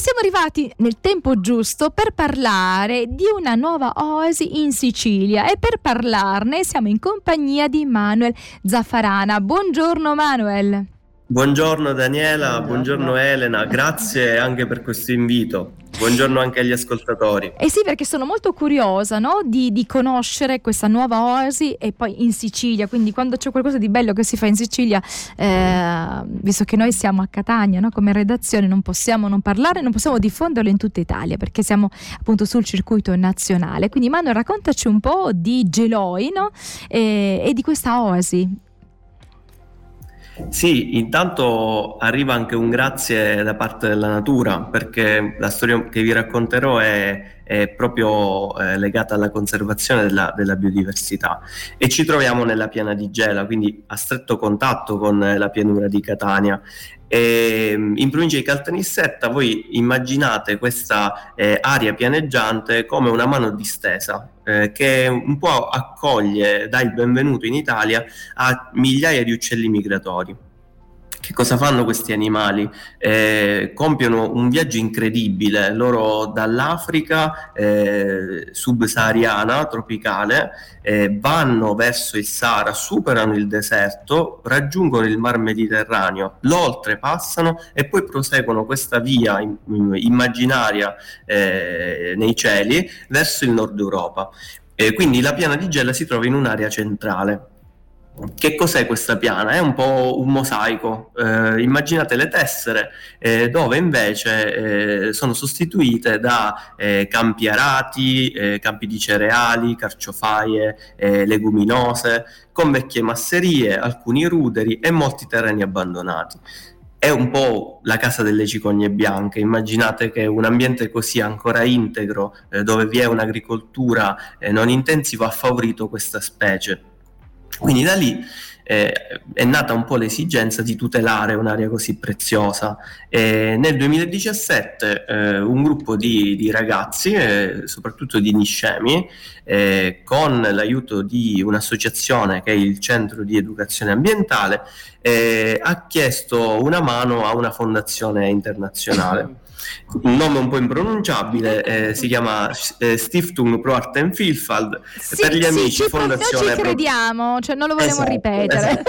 siamo arrivati nel tempo giusto per parlare di una nuova oasi in Sicilia, e per parlarne siamo in compagnia di Manuel Zaffarana. Buongiorno Manuel. Buongiorno Daniela, buongiorno Elena, grazie anche per questo invito. Buongiorno anche agli ascoltatori. Sì, perché sono molto curiosa, no? di conoscere questa nuova oasi, e poi in Sicilia, quindi quando c'è qualcosa di bello che si fa in Sicilia, visto che noi siamo a Catania, no? Come redazione non possiamo non parlare, non possiamo diffonderlo in tutta Italia, perché siamo appunto sul circuito nazionale. Quindi Manu, raccontaci un po' di Geloi, no? E di questa oasi. Sì, intanto arriva anche un grazie da parte della natura, perché la storia che vi racconterò è proprio legata alla conservazione della biodiversità, e ci troviamo nella piana di Gela, quindi a stretto contatto con la pianura di Catania. E in provincia di Caltanissetta voi immaginate questa area pianeggiante come una mano distesa che un po' accoglie, dà il benvenuto in Italia a migliaia di uccelli migratori. Che cosa fanno questi animali? Compiono un viaggio incredibile. Loro dall'Africa subsahariana, tropicale, vanno verso il Sahara, superano il deserto, raggiungono il Mar Mediterraneo, lo oltrepassano e poi proseguono questa via immaginaria nei cieli verso il nord Europa. Quindi la piana di Gela si trova in un'area centrale. Che cos'è questa piana? È un po' un mosaico, immaginate le tessere dove invece sono sostituite da campi arati, campi di cereali, carciofaie, leguminose, con vecchie masserie, alcuni ruderi e molti terreni abbandonati. È un po' la casa delle cicogne bianche. Immaginate che un ambiente così ancora integro, dove vi è un'agricoltura non intensiva, ha favorito questa specie. Quindi da lì è nata un po' l'esigenza di tutelare un'area così preziosa. Nel 2017 un gruppo di ragazzi, soprattutto di niscemi, con l'aiuto di un'associazione che è il Centro di Educazione Ambientale, ha chiesto una mano a una fondazione internazionale. Un nome un po' impronunciabile, si chiama Stiftung pro Artenvielfalt. Sì, per gli amici fondazione ci crediamo, cioè non lo volevo ripetere.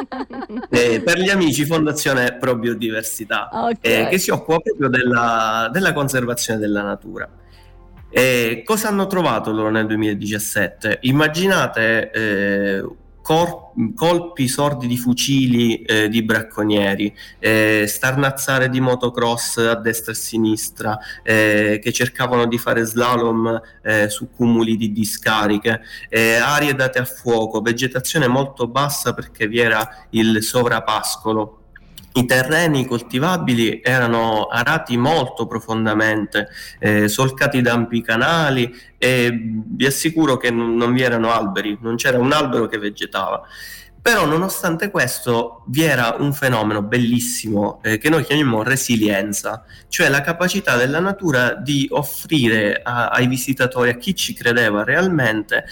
Per gli amici Fondazione Pro Biodiversità, Okay. che si occupa proprio della conservazione della natura. Cosa hanno trovato loro nel 2017? Immaginate colpi sordi di fucili di bracconieri, starnazzare di motocross a destra e a sinistra, che cercavano di fare slalom su cumuli di discariche, aree date a fuoco, vegetazione molto bassa perché vi era il sovrapascolo. I terreni coltivabili erano arati molto profondamente, solcati da ampi canali, e vi assicuro che non vi erano alberi, non c'era un albero che vegetava. Però nonostante questo vi era un fenomeno bellissimo che noi chiamiamo resilienza, cioè la capacità della natura di offrire ai visitatori, a chi ci credeva realmente,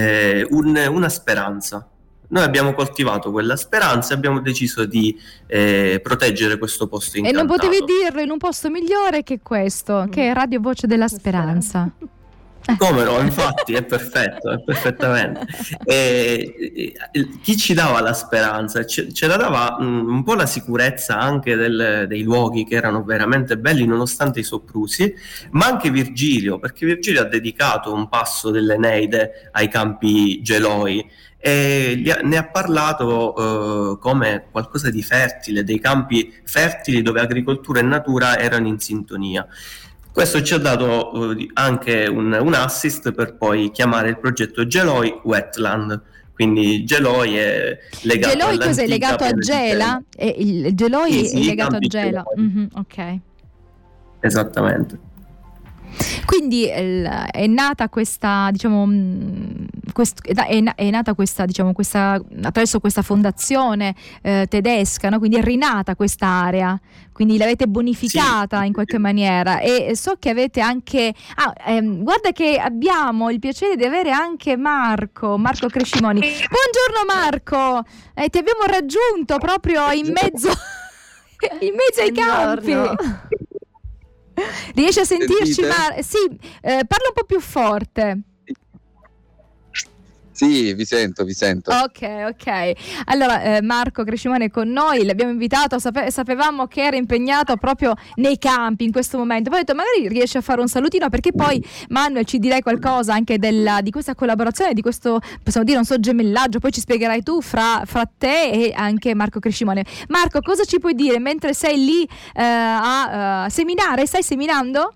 una speranza. Noi abbiamo coltivato quella speranza e abbiamo deciso di proteggere questo posto incantato. E non potevi dirlo in un posto migliore che questo, che è Radio Voce della Speranza. Come no, infatti è perfetto, è perfettamente. Chi ci dava la speranza? Ce la dava un po' la sicurezza anche dei luoghi, che erano veramente belli nonostante i soprusi, ma anche Virgilio, perché Virgilio ha dedicato un passo dell'Eneide ai campi Geloi, e ne ha parlato come qualcosa di fertile, dei campi fertili dove agricoltura e natura erano in sintonia. Questo ci ha dato anche un assist per poi chiamare il progetto Geloi Wetland. Quindi Geloi è legato Geloi cos'è? Legato a Gela? Il Geloi sì, è legato a Gela. Mm-hmm, ok. Esattamente. Quindi è nata questa, diciamo, è nata questa, diciamo, questa, attraverso questa fondazione tedesca, no? Quindi è rinata quest'area, quindi l'avete bonificata in qualche maniera, e so che avete anche guarda che abbiamo il piacere di avere anche Marco Crescimoni. Buongiorno Marco, ti abbiamo raggiunto proprio in mezzo ai campi. Riesci a sentirci? Sentite? Sì, parla un po' più forte. Sì, vi sento. Ok. Allora, Marco Crescimone è con noi, l'abbiamo invitato, sapevamo che era impegnato proprio nei campi in questo momento. Poi ho detto, magari riesce a fare un salutino, perché poi Manuel ci direi qualcosa anche di questa collaborazione, di questo, possiamo dire, non so, gemellaggio, poi ci spiegherai tu fra te e anche Marco Crescimone. Marco, cosa ci puoi dire mentre sei lì a seminare? Stai seminando?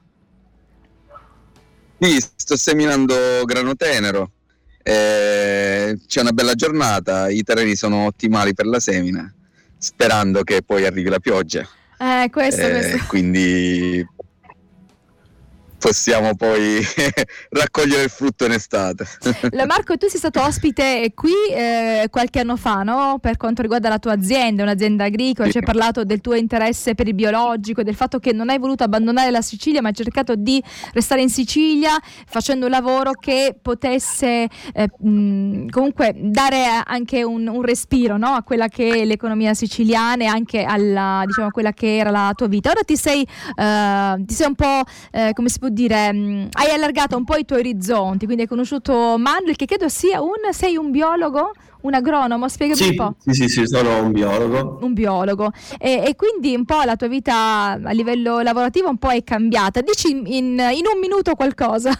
Sì, sto seminando grano tenero. C'è una bella giornata, i terreni sono ottimali per la semina, sperando che poi arrivi la pioggia. Questo. Quindi possiamo poi raccogliere il frutto in estate. Marco, tu sei stato ospite qui qualche anno fa, no? Per quanto riguarda la tua azienda, un'azienda agricola, ci hai parlato del tuo interesse per il biologico, del fatto che non hai voluto abbandonare la Sicilia, ma hai cercato di restare in Sicilia facendo un lavoro che potesse comunque dare anche un respiro, no? A quella che è l'economia siciliana e anche alla, diciamo, quella che era la tua vita. Ora ti sei un po', come si può dire, hai allargato un po' i tuoi orizzonti, quindi hai conosciuto Manuel, che credo sia sei un biologo, un agronomo, spiegami un po'. Sì, sono un biologo. Un biologo, e quindi un po' la tua vita a livello lavorativo un po' è cambiata. Dici in un minuto qualcosa.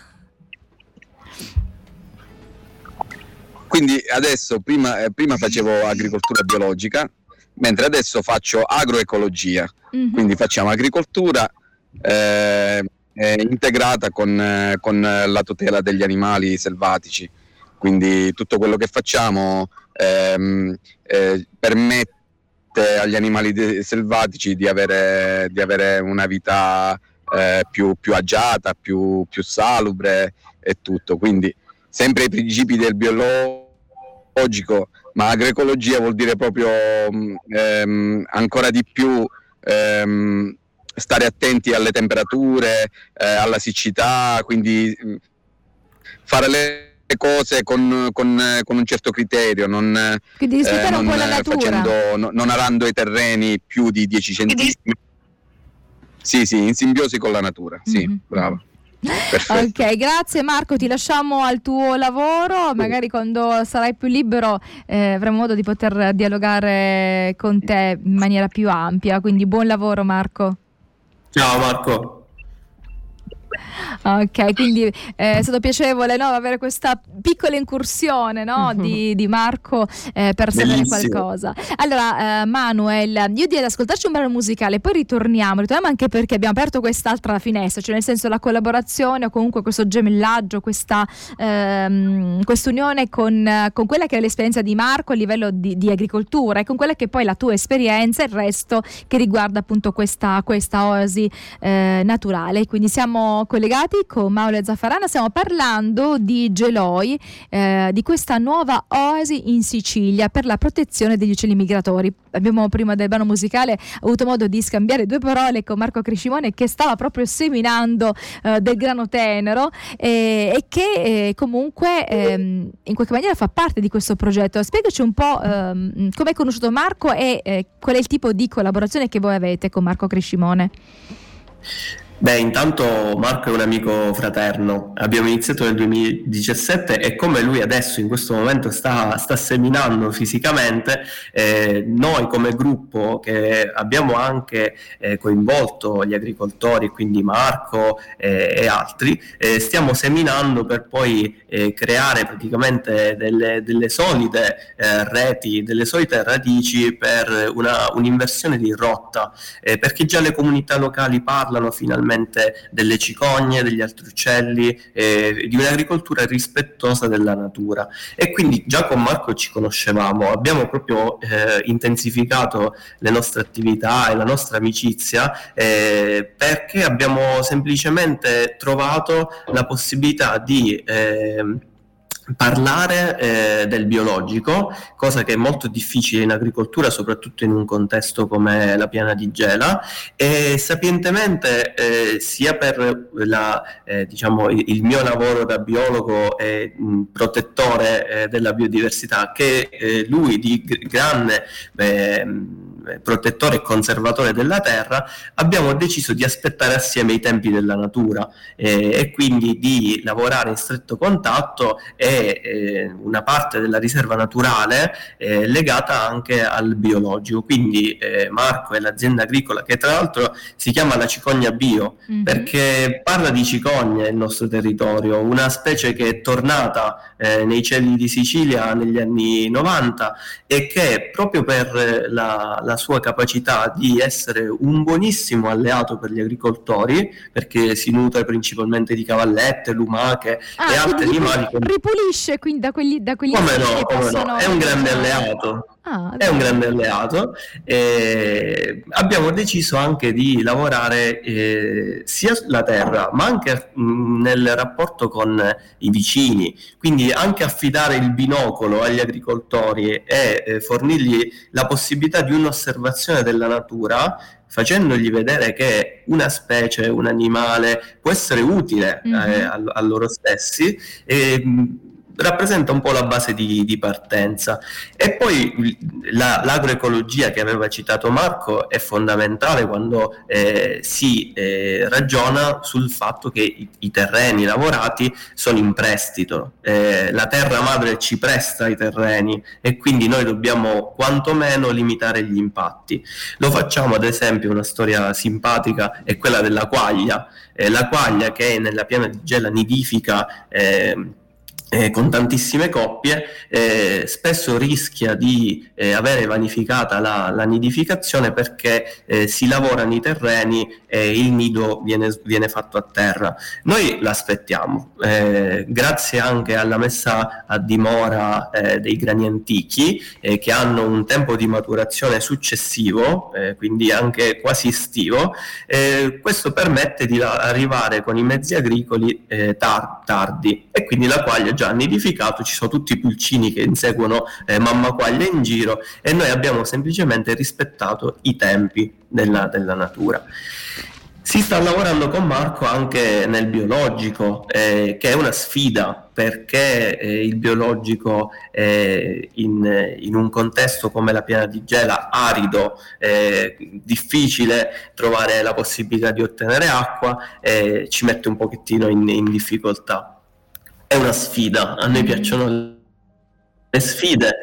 Quindi adesso, prima facevo agricoltura biologica, mentre adesso faccio agroecologia. Quindi facciamo agricoltura integrata con la tutela degli animali selvatici, quindi tutto quello che facciamo permette agli animali selvatici di avere una vita più agiata, più salubre e tutto, quindi sempre i principi del biologico, ma agroecologia vuol dire proprio ancora di più stare attenti alle temperature, alla siccità, quindi fare le cose con un certo criterio, Quindi rispettare un po' la natura, non arando i terreni più di 10 centimetri. Sì, in simbiosi con la natura. Sì, brava. Perfetto. Ok, grazie Marco, ti lasciamo al tuo lavoro, magari quando sarai più libero avremo modo di poter dialogare con te in maniera più ampia, quindi buon lavoro Marco. Ciao Marco. Ok, quindi è stato piacevole, no, avere questa piccola incursione, no, di Marco per sapere qualcosa. Allora Manuel, io direi di ascoltarci un brano musicale, poi ritorniamo anche perché abbiamo aperto quest'altra finestra, cioè nel senso la collaborazione o comunque questo gemellaggio, quest'unione con quella che è l'esperienza di Marco a livello di agricoltura e con quella che poi è la tua esperienza e il resto che riguarda appunto questa oasi naturale. Quindi siamo collegati con Manuel Zaffarana, stiamo parlando di Geloi, di questa nuova oasi in Sicilia per la protezione degli uccelli migratori. Abbiamo prima del brano musicale avuto modo di scambiare due parole con Marco Crescimone, che stava proprio seminando del grano tenero e che comunque in qualche maniera fa parte di questo progetto. Spiegaci un po' come hai conosciuto Marco e qual è il tipo di collaborazione che voi avete con Marco Crescimone. Beh, intanto Marco è un amico fraterno, abbiamo iniziato nel 2017 e come lui adesso in questo momento sta seminando fisicamente, noi come gruppo che abbiamo anche coinvolto gli agricoltori, quindi Marco e altri, stiamo seminando per poi creare praticamente delle solide reti, delle solite radici per un'inversione di rotta, perché già le comunità locali parlano finalmente delle cicogne, degli altri uccelli, di un'agricoltura rispettosa della natura. E quindi già con Marco ci conoscevamo, abbiamo proprio intensificato le nostre attività e la nostra amicizia perché abbiamo semplicemente trovato la possibilità di parlare del biologico, cosa che è molto difficile in agricoltura, soprattutto in un contesto come la piana di Gela, e sapientemente sia per diciamo, il mio lavoro da biologo e protettore della biodiversità, che lui di grande protettore e conservatore della terra, abbiamo deciso di aspettare assieme i tempi della natura e quindi di lavorare in stretto contatto, e una parte della riserva naturale legata anche al biologico. Quindi Marco è l'azienda agricola che tra l'altro si chiama la Cicogna Bio, perché parla di cicogne il nostro territorio, una specie che è tornata nei cieli di Sicilia negli anni 90 e che proprio per la sua capacità di essere un buonissimo alleato per gli agricoltori, perché si nutre principalmente di cavallette, lumache e altri animali. Ripulisce quindi da quegli come no, è un grande alleato. È un grande alleato. Abbiamo deciso anche di lavorare sia sulla terra ma anche nel rapporto con i vicini, quindi anche affidare il binocolo agli agricoltori e fornirgli la possibilità di un'osservazione della natura, facendogli vedere che una specie, un animale può essere utile a loro stessi, rappresenta un po' la base di partenza. E poi l'agroecologia che aveva citato Marco è fondamentale quando si ragiona sul fatto che i terreni lavorati sono in prestito, la terra madre ci presta i terreni e quindi noi dobbiamo quantomeno limitare gli impatti. Lo facciamo, ad esempio, una storia simpatica è quella della quaglia, la quaglia che nella piana di Gela nidifica con tantissime coppie, spesso rischia di avere vanificata la nidificazione perché si lavorano i terreni e il nido viene fatto a terra. Noi l'aspettiamo, grazie anche alla messa a dimora dei grani antichi che hanno un tempo di maturazione successivo, quindi anche quasi estivo. Questo permette di arrivare con i mezzi agricoli tardi, e quindi la quaglia già nidificato, ci sono tutti i pulcini che inseguono mamma quaglia in giro, e noi abbiamo semplicemente rispettato i tempi della natura. Si sta lavorando con Marco anche nel biologico, che è una sfida, perché il biologico in un contesto come la piana di Gela, arido, difficile trovare la possibilità di ottenere acqua, ci mette un pochettino in difficoltà. È una sfida, a noi piacciono le sfide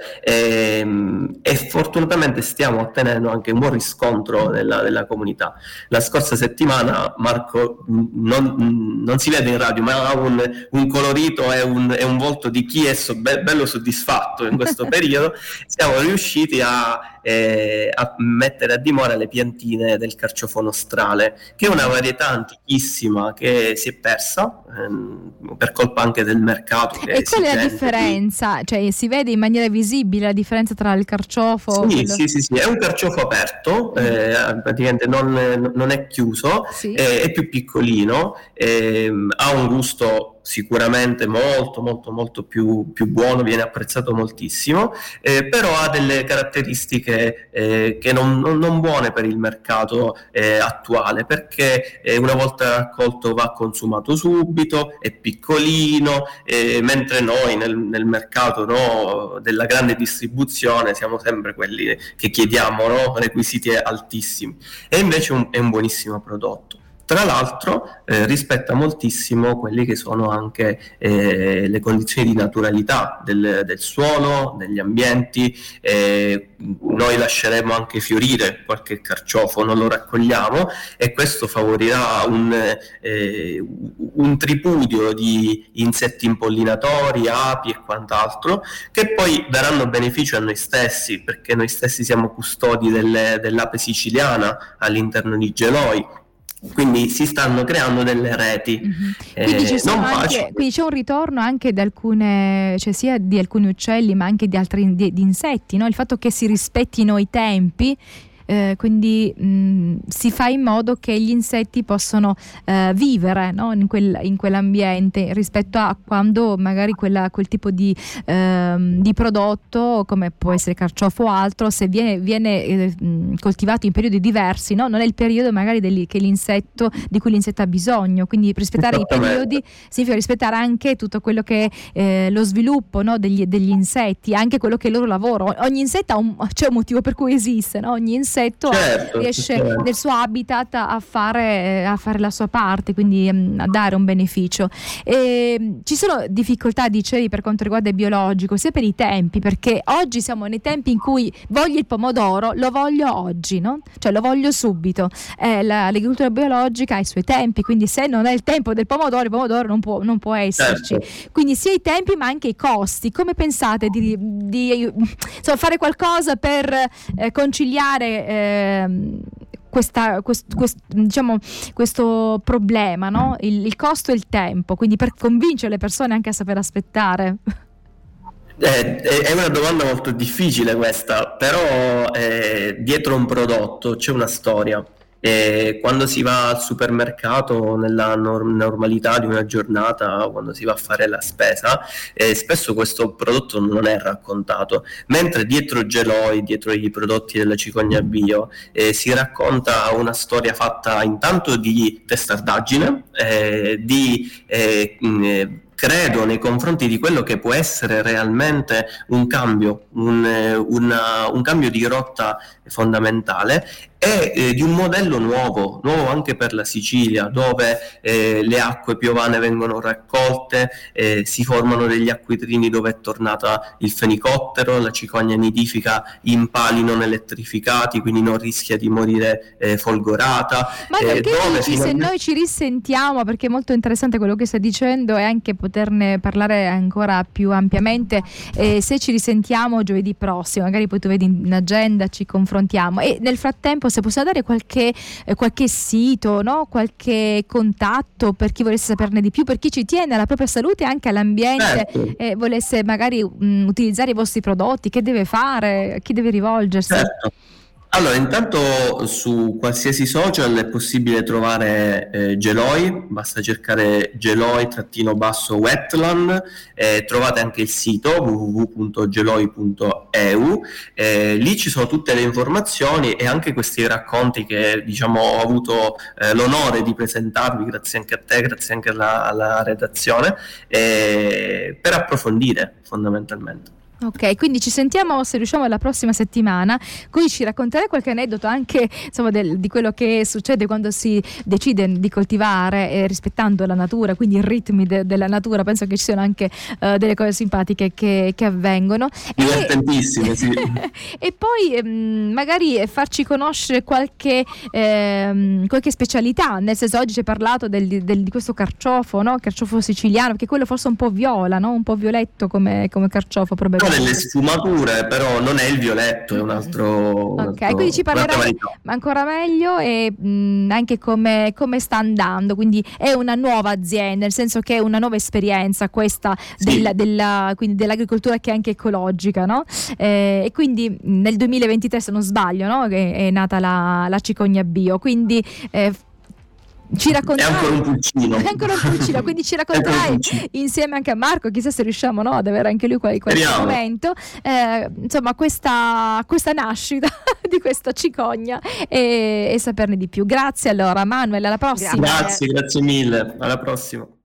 e fortunatamente stiamo ottenendo anche un buon riscontro della comunità. La scorsa settimana Marco non si vede in radio, ma ha un colorito e un volto di chi è bello soddisfatto in questo periodo. Siamo riusciti a mettere a dimora le piantine del carciofo nostrale, che è una varietà antichissima che si è persa per colpa anche del mercato. E qual è la differenza? Cioè, si vede in maniera visibile la differenza tra il carciofo? Sì, è un carciofo aperto, praticamente non è chiuso, sì. È più piccolino, ha un gusto sicuramente molto più buono, viene apprezzato moltissimo, però ha delle caratteristiche che non buone per il mercato attuale, perché una volta raccolto va consumato subito, è piccolino, mentre noi nel mercato della grande distribuzione siamo sempre quelli che chiediamo requisiti altissimi, e invece è un buonissimo prodotto. Tra l'altro rispetta moltissimo quelli che sono anche le condizioni di naturalità del suolo, degli ambienti. Noi lasceremo anche fiorire qualche carciofo, non lo raccogliamo, e questo favorirà un tripudio di insetti impollinatori, api e quant'altro, che poi daranno beneficio a noi stessi, perché noi stessi siamo custodi dell'ape siciliana all'interno di Geloi. Quindi si stanno creando delle reti. Quindi c'è un ritorno anche di alcune, cioè sia di alcuni uccelli ma anche di altri di insetti, no? Il fatto che si rispettino i tempi quindi si fa in modo che gli insetti possono vivere, no? in quell'ambiente, rispetto a quando magari quel tipo di prodotto, come può essere carciofo o altro, se viene coltivato in periodi diversi, no? Non è il periodo magari di cui l'insetto ha bisogno, quindi rispettare i periodi significa rispettare anche tutto quello che è lo sviluppo, no? degli insetti, anche quello che è il loro lavoro. Ogni insetto c'è un motivo per cui esiste, no? Ogni insetto riesce nel suo habitat a fare la sua parte, quindi a dare un beneficio. Ci sono difficoltà, dicevi, per quanto riguarda il biologico, sia per i tempi, perché oggi siamo nei tempi in cui voglio il pomodoro, lo voglio oggi, no? Cioè lo voglio subito. L'agricoltura biologica ha i suoi tempi, quindi se non è il tempo del pomodoro, il pomodoro non può esserci. Quindi sia i tempi ma anche i costi. Come pensate di insomma, fare qualcosa per conciliare questo problema, no? Il costo e il tempo, quindi per convincere le persone anche a saper aspettare? È una domanda molto difficile questa, però dietro un prodotto c'è una storia. Quando si va al supermercato nella normalità di una giornata, quando si va a fare la spesa, spesso questo prodotto non è raccontato, mentre dietro Geloi, dietro i prodotti della Cicogna Bio, si racconta una storia fatta intanto di testardaggine, credo nei confronti di quello che può essere realmente un cambio, un cambio di rotta fondamentale, e di un modello nuovo anche per la Sicilia, dove le acque piovane vengono raccolte, si formano degli acquitrini dove è tornata il fenicottero, la cicogna nidifica in pali non elettrificati, quindi non rischia di morire folgorata. Ma perché dici, se noi ci risentiamo, perché è molto interessante quello che stai dicendo e anche poterne parlare ancora più ampiamente, se ci risentiamo giovedì prossimo, magari poi tu vedi in agenda, ci confrontiamo, e nel frattempo se possiamo dare qualche sito, no? Qualche contatto per chi volesse saperne di più, per chi ci tiene alla propria salute e anche all'ambiente, e volesse magari utilizzare i vostri prodotti, che deve fare, a chi deve rivolgersi? Certo. Allora, intanto su qualsiasi social è possibile trovare Geloi, basta cercare Geloi-wetland, trovate anche il sito www.geloi.eu, lì ci sono tutte le informazioni e anche questi racconti che ho avuto l'onore di presentarvi, grazie anche a te, grazie anche alla redazione, per approfondire fondamentalmente. Ok, quindi ci sentiamo, se riusciamo, la prossima settimana, così ci racconterai qualche aneddoto anche di quello che succede quando si decide di coltivare rispettando la natura, quindi i ritmi della natura. Penso che ci siano anche delle cose simpatiche che avvengono. Divertentissime, sì. E poi magari farci conoscere qualche specialità, nel senso, oggi ci hai parlato di questo carciofo, no? Carciofo siciliano, che quello forse un po' viola, no? Un po' violetto come carciofo probabilmente. Delle sfumature, però non è il violetto, è un altro. Quindi ci parlerai ancora meglio e anche come sta andando. Quindi è una nuova azienda, nel senso che è una nuova esperienza questa, sì, quindi dell'agricoltura che è anche ecologica, no? E quindi nel 2023, se non sbaglio, no? È nata la Cicogna Bio, quindi ci racconterai, è ancora un pulcino, quindi ci racconterai insieme anche a Marco, chissà se riusciamo, no, ad avere anche lui qualche momento, insomma questa nascita di questa cicogna e saperne di più. Grazie allora Manuel, alla prossima. Grazie mille, alla prossima.